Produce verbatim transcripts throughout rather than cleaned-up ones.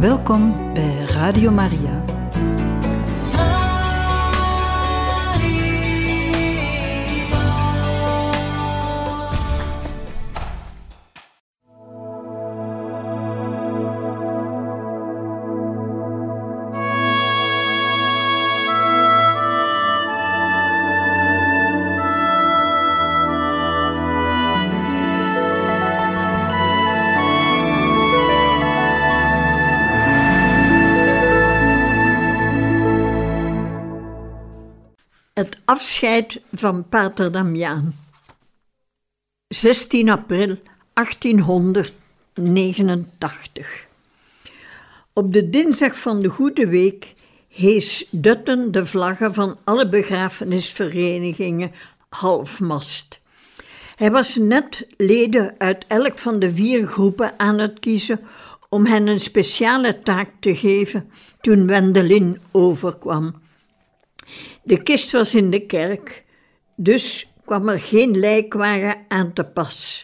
Welkom bij Radio Maria. Het afscheid van pater Damiaan. zestien april achttienhonderdnegenentachtig. Op de dinsdag van de Goede Week hees Dutten de vlaggen van alle begrafenisverenigingen halfmast. Hij was net leden uit elk van de vier groepen aan het kiezen om hen een speciale taak te geven toen Wendelin overkwam. De kist was in de kerk, dus kwam er geen lijkwagen aan te pas.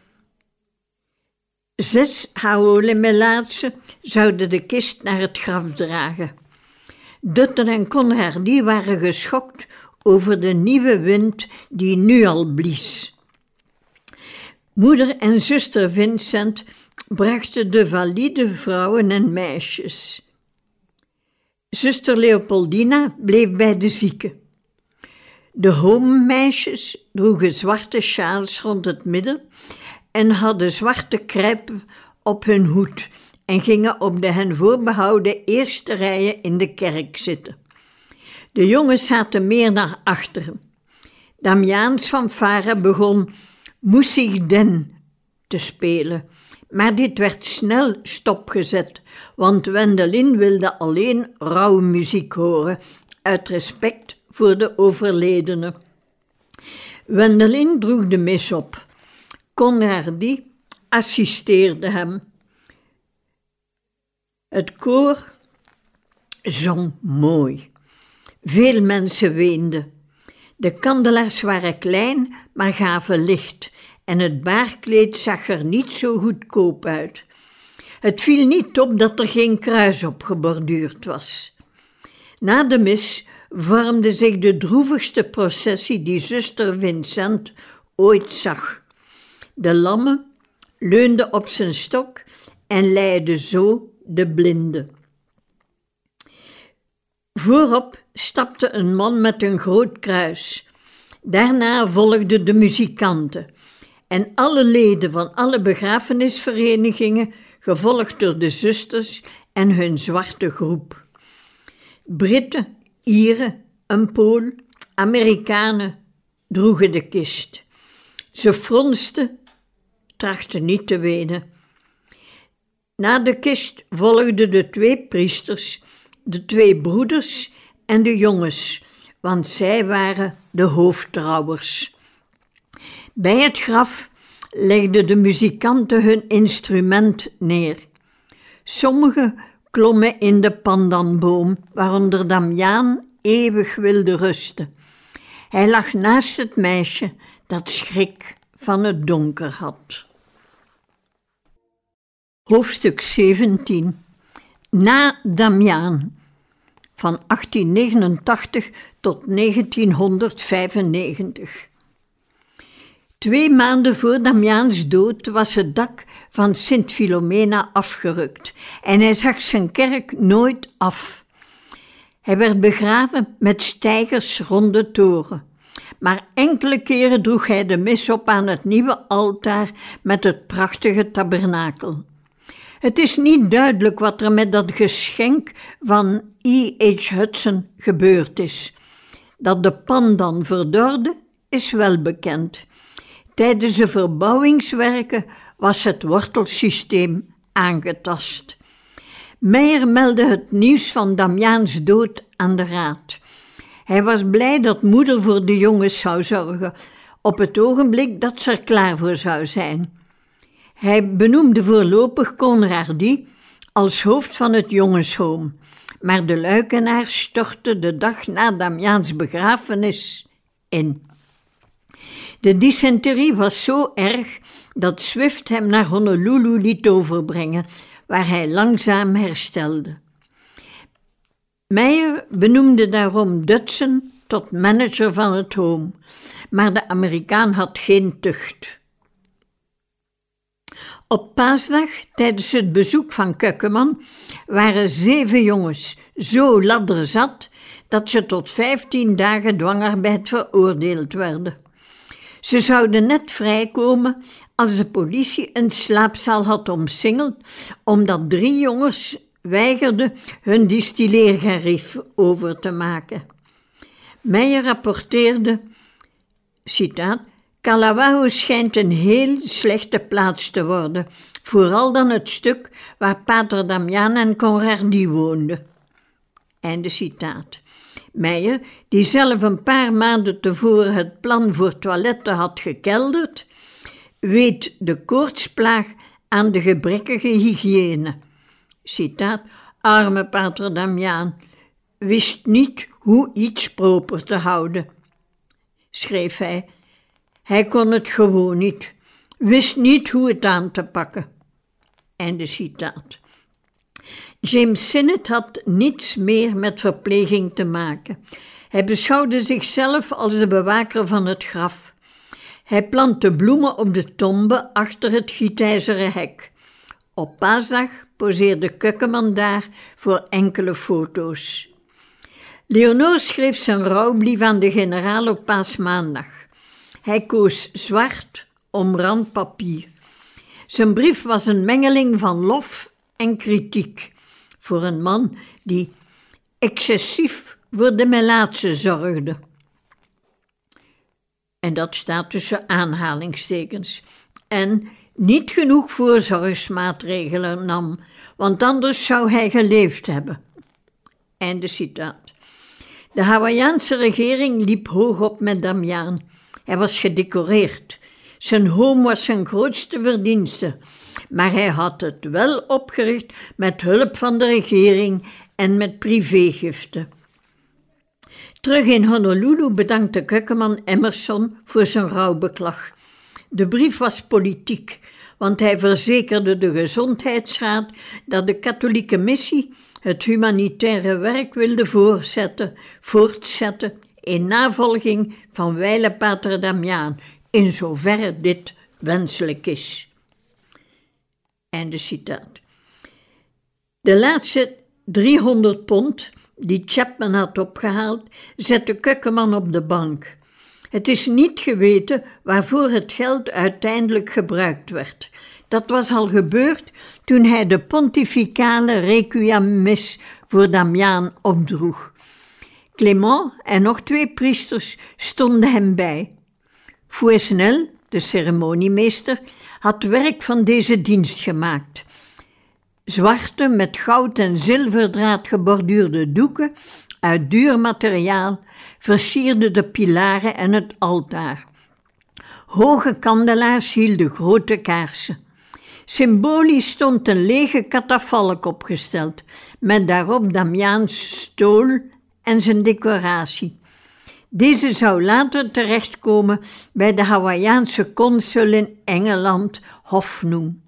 Zes Haole-Melaatsen zouden de kist naar het graf dragen. Dutten en Conradi waren geschokt over de nieuwe wind die nu al blies. Moeder en zuster Vincent brachten de valide vrouwen en meisjes. Zuster Leopoldina bleef bij de zieken. De homemeisjes droegen zwarte sjaals rond het midden en hadden zwarte krijpen op hun hoed en gingen op de hen voorbehouden eerste rijen in de kerk zitten. De jongens zaten meer naar achteren. Damiaans fanfare begon Moesig den te spelen, maar dit werd snel stopgezet, want Wendelin wilde alleen rouwmuziek horen, uit respect voor de overledene. Wendelin droeg de mis op. Conradi assisteerde hem. Het koor zong mooi. Veel mensen weenden. De kandelaars waren klein, maar gaven licht, en het baarkleed zag er niet zo goedkoop uit. Het viel niet op dat er geen kruis op geborduurd was. Na de mis vormde zich de droevigste processie die zuster Vincent ooit zag. De lamme leunde op zijn stok en leidde zo de blinde. Voorop stapte een man met een groot kruis. Daarna volgden de muzikanten en alle leden van alle begrafenisverenigingen, gevolgd door de zusters en hun zwarte groep. Britten, Ieren, een Pool, Amerikanen droegen de kist. Ze fronsten, trachtten niet te wenen. Na de kist volgden de twee priesters, de twee broeders en de jongens, want zij waren de hoofdtrouwers. Bij het graf legden de muzikanten hun instrument neer. Sommigen klommen in de pandanboom, waaronder Damiaan eeuwig wilde rusten. Hij lag naast het meisje dat schrik van het donker had. Hoofdstuk zeventien. Na Damiaan, van achttiennegenentachtig tot negentienhonderdvijfennegentig. Twee maanden voor Damiaans dood was het dak van Sint Filomena afgerukt en hij zag zijn kerk nooit af. Hij werd begraven met steigers rond de toren, maar enkele keren droeg hij de mis op aan het nieuwe altaar met het prachtige tabernakel. Het is niet duidelijk wat er met dat geschenk van E H Hudson gebeurd is. Dat de pandan verdorde, is wel bekend. Tijdens de verbouwingswerken was het wortelsysteem aangetast. Meijer meldde het nieuws van Damiaans dood aan de raad. Hij was blij dat moeder voor de jongens zou zorgen, op het ogenblik dat ze er klaar voor zou zijn. Hij benoemde voorlopig Conradi als hoofd van het jongenshome, maar de luikenaar stortte de dag na Damiaans begrafenis in. De dysenterie was zo erg dat Swift hem naar Honolulu liet overbrengen, waar hij langzaam herstelde. Meyer benoemde daarom Dutson tot manager van het home, maar de Amerikaan had geen tucht. Op Paasdag, tijdens het bezoek van Keukeman, waren zeven jongens zo ladderzat dat ze tot vijftien dagen dwangarbeid veroordeeld werden. Ze zouden net vrijkomen als de politie een slaapzaal had omsingeld, omdat drie jongens weigerden hun distilleergarief over te maken. Meyer rapporteerde, citaat, Kalawao schijnt een heel slechte plaats te worden, vooral dan het stuk waar Pater Damiaan en Conradi woonden. Einde citaat. Meyer, die zelf een paar maanden tevoren het plan voor toiletten had gekelderd, weet de koortsplaag aan de gebrekkige hygiëne. Citaat, arme Pater Damiaan, wist niet hoe iets proper te houden, schreef hij. Hij kon het gewoon niet, wist niet hoe het aan te pakken. Einde citaat. James Sinnett had niets meer met verpleging te maken. Hij beschouwde zichzelf als de bewaker van het graf. Hij plantte bloemen op de tombe achter het gietijzeren hek. Op Paasdag poseerde Keukeman daar voor enkele foto's. Leonor schreef zijn rouwbrief aan de generaal op Paasmaandag. Hij koos zwart omrand papier. Zijn brief was een mengeling van lof en kritiek voor een man die excessief voor de melaatse zorgde. En dat staat tussen aanhalingstekens. En niet genoeg voorzorgsmaatregelen nam, want anders zou hij geleefd hebben. Einde citaat. De Hawaïaanse regering liep hoog op met Damiaan. Hij was gedecoreerd. Zijn home was zijn grootste verdienste, maar hij had het wel opgericht met hulp van de regering en met privégiften. Terug in Honolulu bedankte Keukeman Emerson voor zijn rouwbeklag. De brief was politiek, want hij verzekerde de Gezondheidsraad dat de katholieke missie het humanitaire werk wilde voortzetten, voortzetten in navolging van wijle Pater Damiaan, in zoverre dit wenselijk is. Einde citaat. De laatste driehonderd pond die Chapman had opgehaald, zette Keukeman op de bank. Het is niet geweten waarvoor het geld uiteindelijk gebruikt werd. Dat was al gebeurd toen hij de pontificale requiemmis voor Damiaan opdroeg. Clément en nog twee priesters stonden hem bij. Fouesnel, de ceremoniemeester, had werk van deze dienst gemaakt. Zwarte met goud en zilverdraad geborduurde doeken uit duur materiaal versierden de pilaren en het altaar. Hoge kandelaars hielden grote kaarsen. Symbolisch stond een lege katafalk opgesteld, met daarop Damiaans stool en zijn decoratie. Deze zou later terechtkomen bij de Hawaïaanse consul in Engeland, Hofnoem.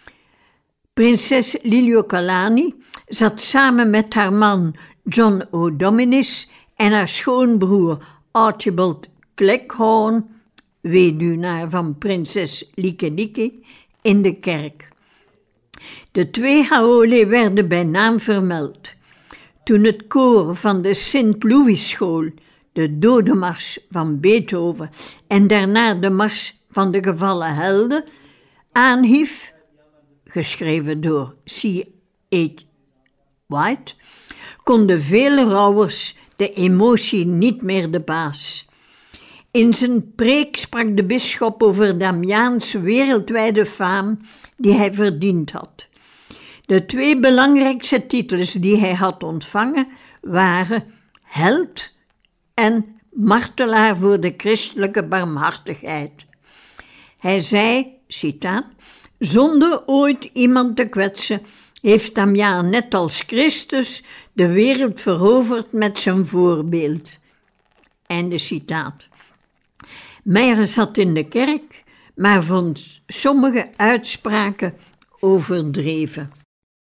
Prinses Liliuokalani zat samen met haar man John O'Dominis en haar schoonbroer Archibald Cleghorn, weduwnaar van prinses Likelike, in de kerk. De twee haole werden bij naam vermeld. Toen het koor van de Saint Louis School de dodenmars van Beethoven en daarna de mars van de gevallen helden aanhief, geschreven door C H White, konden vele rouwers de emotie niet meer de baas. In zijn preek sprak de bisschop over Damiaans wereldwijde faam die hij verdiend had. De twee belangrijkste titels die hij had ontvangen waren held en martelaar voor de christelijke barmhartigheid. Hij zei, citaat, zonder ooit iemand te kwetsen, heeft Damiaan net als Christus de wereld veroverd met zijn voorbeeld. Einde citaat. Meyer zat in de kerk, maar vond sommige uitspraken overdreven.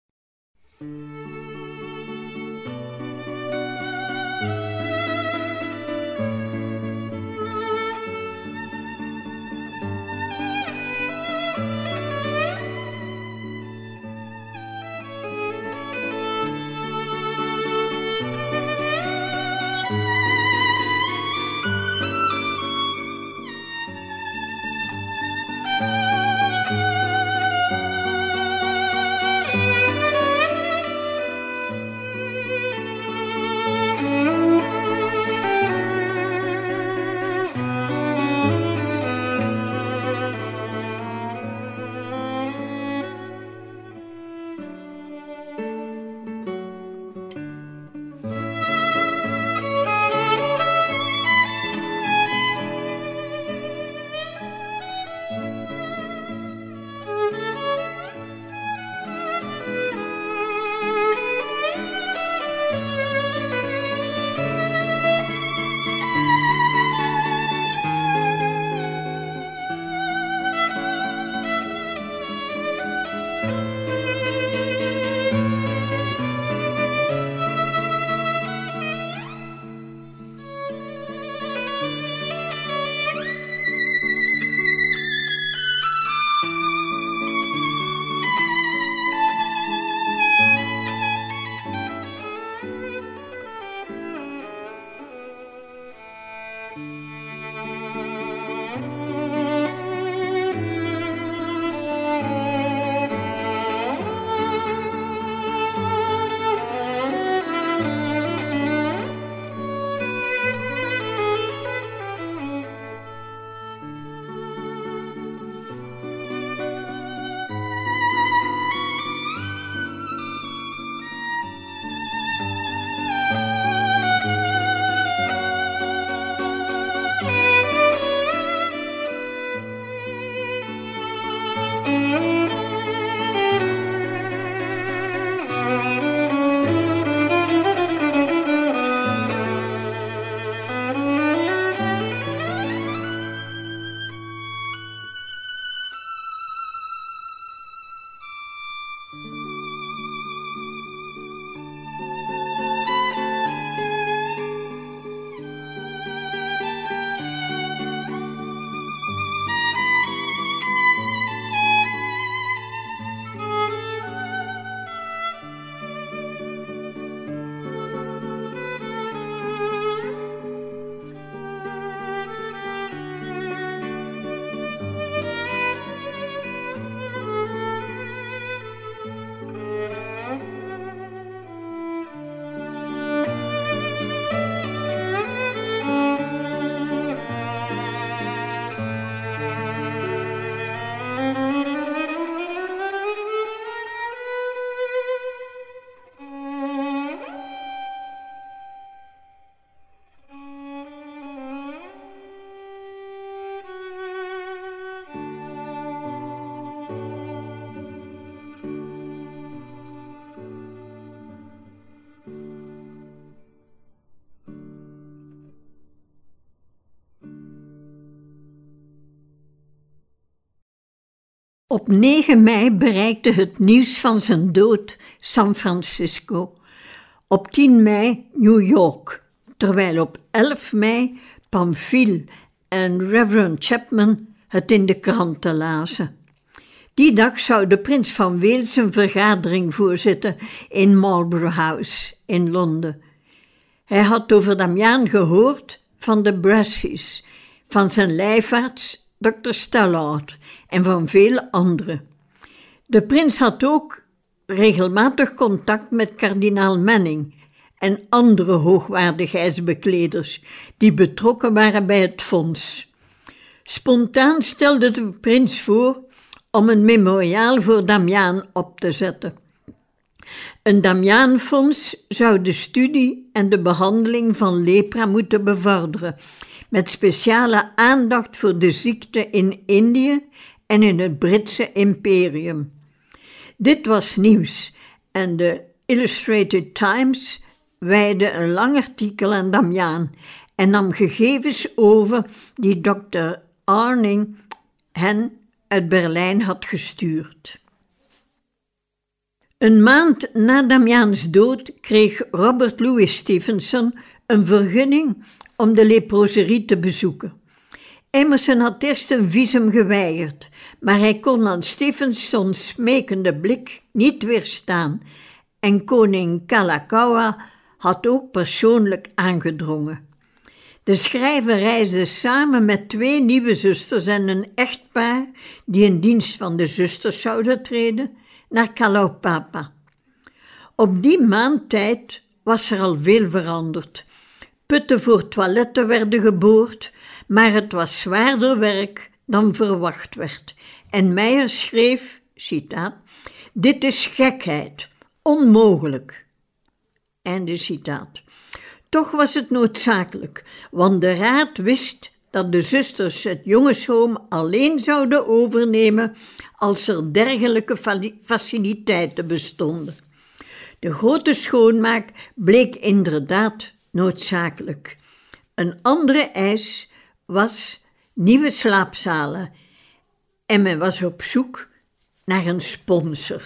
Op negen mei bereikte het nieuws van zijn dood San Francisco. Op tien mei New York, terwijl op elf mei Pamphile en Reverend Chapman het in de kranten lazen. Die dag zou de prins van Wales een vergadering voorzitten in Marlborough House in Londen. Hij had over Damiaan gehoord van de Brassies, van zijn lijfarts dokter Stallard en van vele anderen. De prins had ook regelmatig contact met kardinaal Manning en andere hoogwaardigheidsbekleders die betrokken waren bij het fonds. Spontaan stelde de prins voor om een memoriaal voor Damiaan op te zetten. Een Damiaanfonds zou de studie en de behandeling van lepra moeten bevorderen, met speciale aandacht voor de ziekte in Indië en in het Britse imperium. Dit was nieuws en de Illustrated Times wijdde een lang artikel aan Damiaan en nam gegevens over die dokter Arning hen uit Berlijn had gestuurd. Een maand na Damiaans dood kreeg Robert Louis Stevenson een vergunning om de leproserie te bezoeken. Emerson had eerst een visum geweigerd, maar hij kon aan Stevensons smekende blik niet weerstaan en koning Kalakaua had ook persoonlijk aangedrongen. De schrijver reisde samen met twee nieuwe zusters en een echtpaar die in dienst van de zusters zouden treden naar Kalaupapa. Op die maand tijd was er al veel veranderd. Putten voor toiletten werden geboord, maar het was zwaarder werk dan verwacht werd. En Meyer schreef, citaat, dit is gekheid, onmogelijk. Einde citaat. Toch was het noodzakelijk, want de raad wist dat de zusters het jongenshoom alleen zouden overnemen als er dergelijke faciliteiten bestonden. De grote schoonmaak bleek inderdaad noodzakelijk. Een andere eis was nieuwe slaapzalen en men was op zoek naar een sponsor.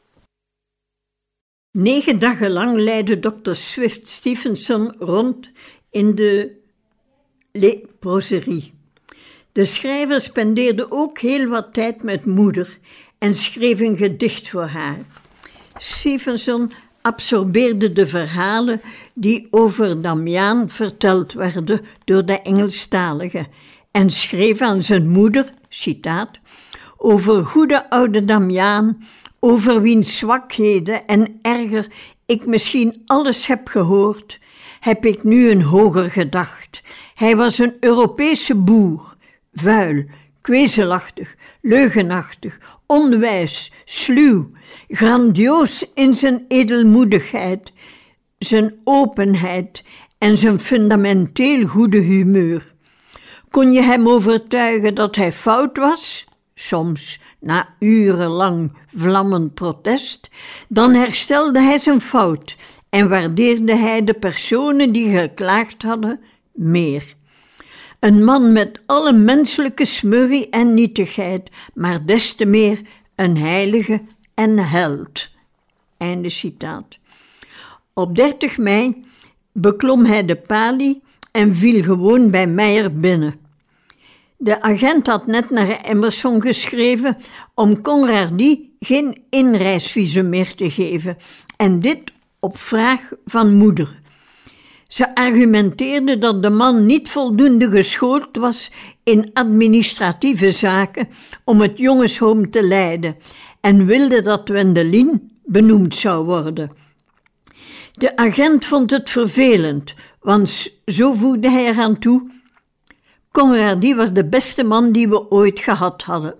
Negen dagen lang leidde dokter Swift Stevenson rond in de leproserie. De schrijver spendeerde ook heel wat tijd met moeder en schreef een gedicht voor haar. Stevenson absorbeerde de verhalen die over Damiaan verteld werden door de Engelstaligen en schreef aan zijn moeder, citaat, over goede oude Damiaan, over wiens zwakheden en erger ik misschien alles heb gehoord, heb ik nu een hoger gedacht. Hij was een Europese boer, vuil, kwezelachtig, leugenachtig, onwijs, sluw, grandioos in zijn edelmoedigheid, zijn openheid en zijn fundamenteel goede humeur. Kon je hem overtuigen dat hij fout was? Soms, na urenlang vlammend protest, dan herstelde hij zijn fout en waardeerde hij de personen die geklaagd hadden meer. Een man met alle menselijke smurrie en nietigheid, maar des te meer een heilige en held. Einde citaat. Op dertig mei beklom hij de palie en viel gewoon bij Meyer binnen. De agent had net naar Emerson geschreven om Conradie geen inreisvisum meer te geven, en dit op vraag van moeder. Ze argumenteerde dat de man niet voldoende geschoold was in administratieve zaken om het jongenshoom te leiden en wilde dat Wendelin benoemd zou worden. De agent vond het vervelend, want zo voegde hij eraan toe: Conradie was de beste man die we ooit gehad hadden.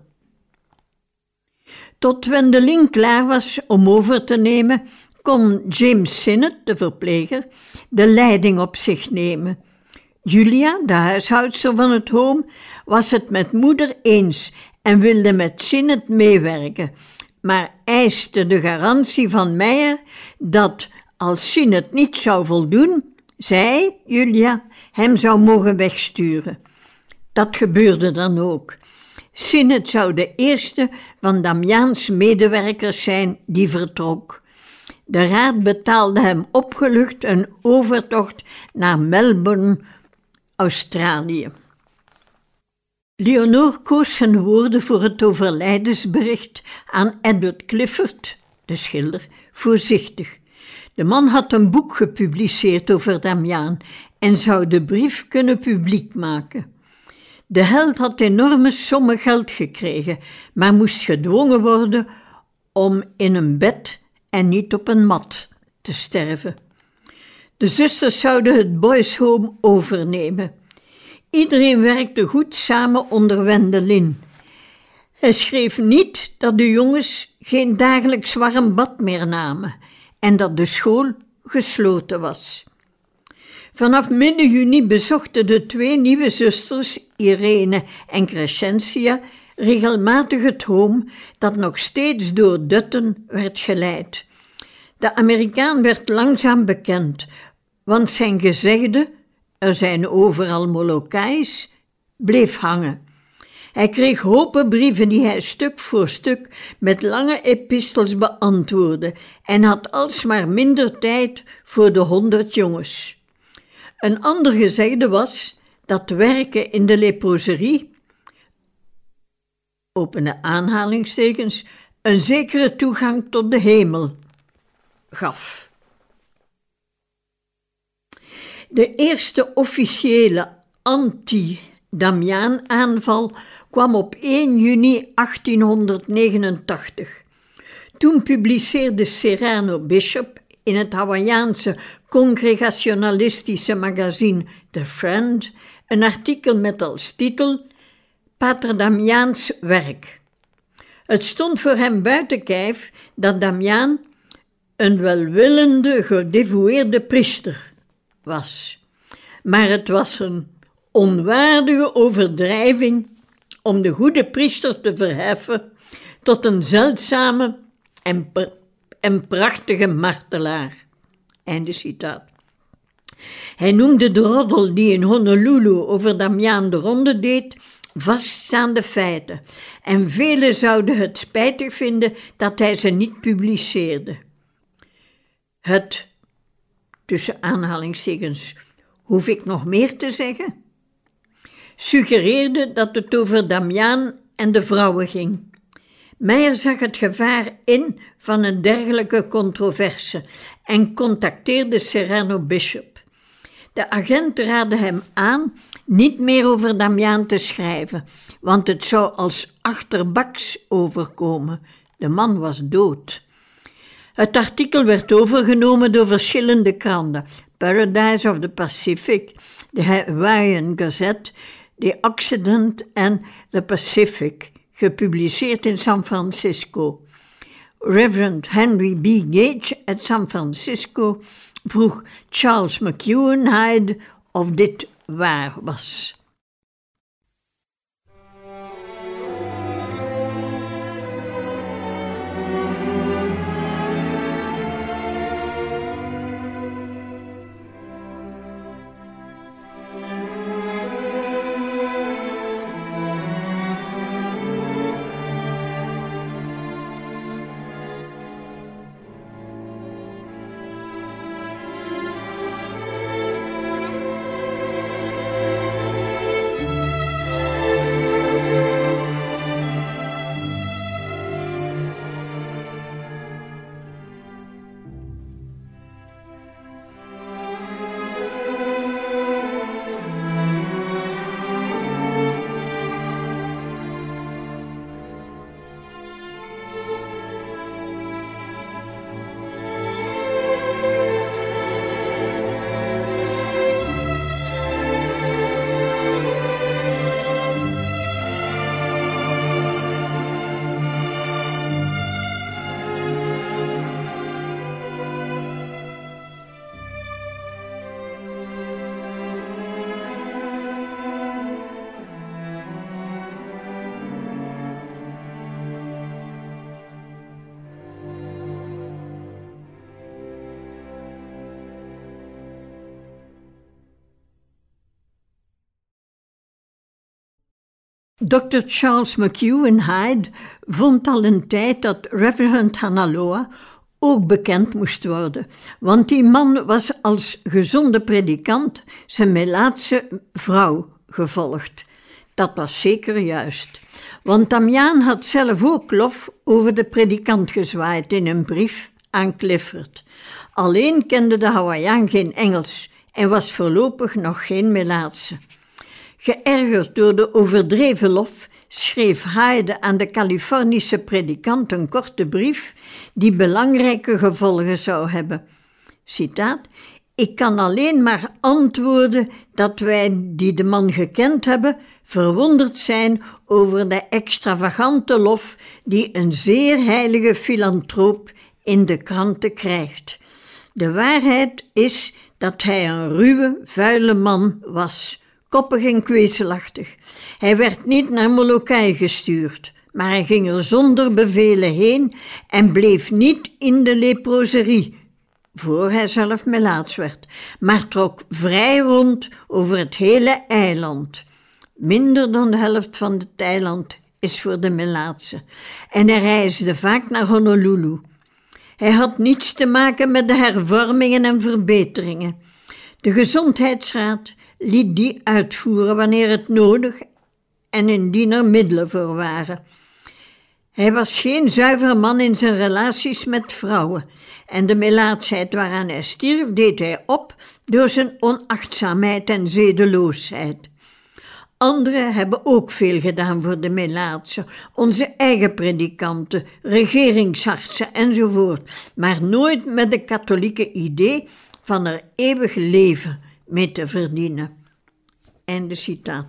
Tot Wendelin klaar was om over te nemen, kon James Sinnet, de verpleger, de leiding op zich nemen. Julia, de huishoudster van het home, was het met moeder eens en wilde met Sinnet meewerken, maar eiste de garantie van Meyer dat, als Sinnet niet zou voldoen, zij, Julia, hem zou mogen wegsturen. Dat gebeurde dan ook. Sinet zou de eerste van Damiaans medewerkers zijn die vertrok. De raad betaalde hem opgelucht een overtocht naar Melbourne, Australië. Leonore koos zijn woorden voor het overlijdensbericht aan Edward Clifford, de schilder, voorzichtig. De man had een boek gepubliceerd over Damiaan en zou de brief kunnen publiek maken. De held had enorme sommen geld gekregen, maar moest gedwongen worden om in een bed en niet op een mat te sterven. De zusters zouden het Boys Home overnemen. Iedereen werkte goed samen onder Wendelin. Hij schreef niet dat de jongens geen dagelijks warm bad meer namen en dat de school gesloten was. Vanaf midden juni bezochten de twee nieuwe zusters, Irene en Crescentia, regelmatig het home dat nog steeds door Dutton werd geleid. De Amerikaan werd langzaam bekend, want zijn gezegde, er zijn overal Molokaïs, bleef hangen. Hij kreeg hopen brieven die hij stuk voor stuk met lange epistels beantwoordde en had alsmaar minder tijd voor de honderd jongens. Een ander gezegde was dat werken in de leproserie, opene aanhalingstekens, een zekere toegang tot de hemel gaf. De eerste officiële anti-Damiaan-aanval kwam op één juni achttienhonderdnegenentachtig. Toen publiceerde Serrano Bishop in het Hawaïaanse congregationalistische magazine The Friend een artikel met als titel Pater Damiaans werk. Het stond voor hem buiten kijf dat Damiaan een welwillende, gedevoueerde priester was. Maar het was een onwaardige overdrijving om de goede priester te verheffen tot een zeldzame en, pr- en prachtige martelaar. Einde citaat. Hij noemde de roddel die in Honolulu over Damiaan de ronde deed vaststaande feiten en velen zouden het spijtig vinden dat hij ze niet publiceerde. Het, tussen aanhalingstekens, hoef ik nog meer te zeggen, suggereerde dat het over Damiaan en de vrouwen ging. Meyer zag het gevaar in van een dergelijke controverse en contacteerde Serrano Bishop. De agent raadde hem aan niet meer over Damiaan te schrijven, want het zou als achterbaks overkomen. De man was dood. Het artikel werd overgenomen door verschillende kranten, Paradise of the Pacific, de Hawaiian Gazette, The Occident en The Pacific, gepubliceerd in San Francisco. Reverend Henry B. Gage uit San Francisco vroeg Charles McEwen Hyde of dit waar was. dokter Charles McHugh in Hyde vond al een tijd dat Reverend Hanaloa ook bekend moest worden, want die man was als gezonde predikant zijn Melaatse vrouw gevolgd. Dat was zeker juist, want Damiaan had zelf ook lof over de predikant gezwaaid in een brief aan Clifford. Alleen kende de Hawaiiaan geen Engels en was voorlopig nog geen Melaatse. Geërgerd door de overdreven lof schreef Hyde aan de Californische predikant een korte brief die belangrijke gevolgen zou hebben. Citaat: "Ik kan alleen maar antwoorden dat wij, die de man gekend hebben, verwonderd zijn over de extravagante lof die een zeer heilige filantroop in de kranten krijgt. De waarheid is dat hij een ruwe, vuile man was, koppig en kwezelachtig. Hij werd niet naar Molokai gestuurd, maar hij ging er zonder bevelen heen en bleef niet in de leproserie, voor hij zelf Melaats werd, maar trok vrij rond over het hele eiland. Minder dan de helft van het eiland is voor de Melaatse en hij reisde vaak naar Honolulu. Hij had niets te maken met de hervormingen en verbeteringen. De gezondheidsraad liet die uitvoeren wanneer het nodig en indien er middelen voor waren. Hij was geen zuiver man in zijn relaties met vrouwen en de melaatsheid waaraan hij stierf deed hij op door zijn onachtzaamheid en zedeloosheid. Anderen hebben ook veel gedaan voor de Melaatse, onze eigen predikanten, regeringsartsen enzovoort, maar nooit met de katholieke idee van er eeuwig leven mee te verdienen." Einde citaat.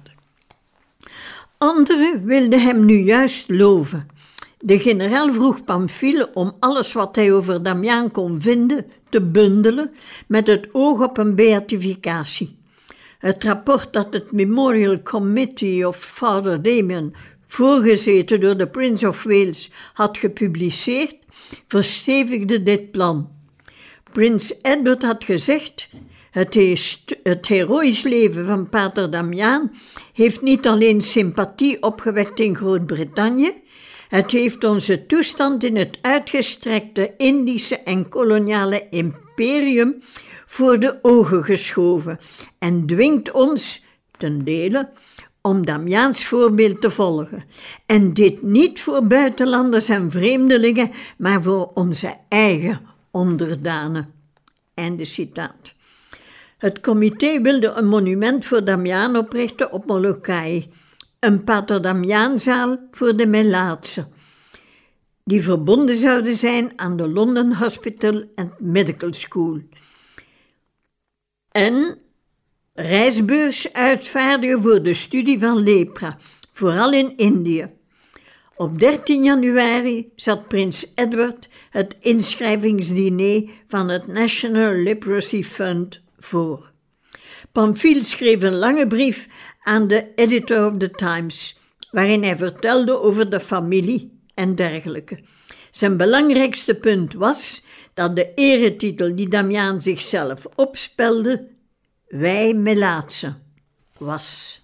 Anderen wilden hem nu juist loven. De generaal vroeg Pamphile om alles wat hij over Damiaan kon vinden te bundelen met het oog op een beatificatie. Het rapport dat het Memorial Committee of Father Damien, voorgezeten door de Prince of Wales, had gepubliceerd, verstevigde dit plan. Prins Edward had gezegd: Het, heest, het heroïsch leven van pater Damiaan heeft niet alleen sympathie opgewekt in Groot-Brittannië, het heeft onze toestand in het uitgestrekte Indische en koloniale imperium voor de ogen geschoven en dwingt ons, ten dele, om Damiaans voorbeeld te volgen. En dit niet voor buitenlanders en vreemdelingen, maar voor onze eigen onderdanen. Einde citaat. Het comité wilde een monument voor Damiaan oprichten op Molokai, een Pater Damiaanzaal voor de Melaatse, die verbonden zouden zijn aan de London Hospital and Medical School. En reisbeurs uitvaardigen voor de studie van lepra, vooral in Indië. Op dertien januari zat prins Edward het inschrijvingsdiner van het National Leprosy Fund voor. Pamphile schreef een lange brief aan de editor of the Times, waarin hij vertelde over de familie en dergelijke. Zijn belangrijkste punt was dat de eretitel die Damiaan zichzelf opspelde, wij Melaatse, was.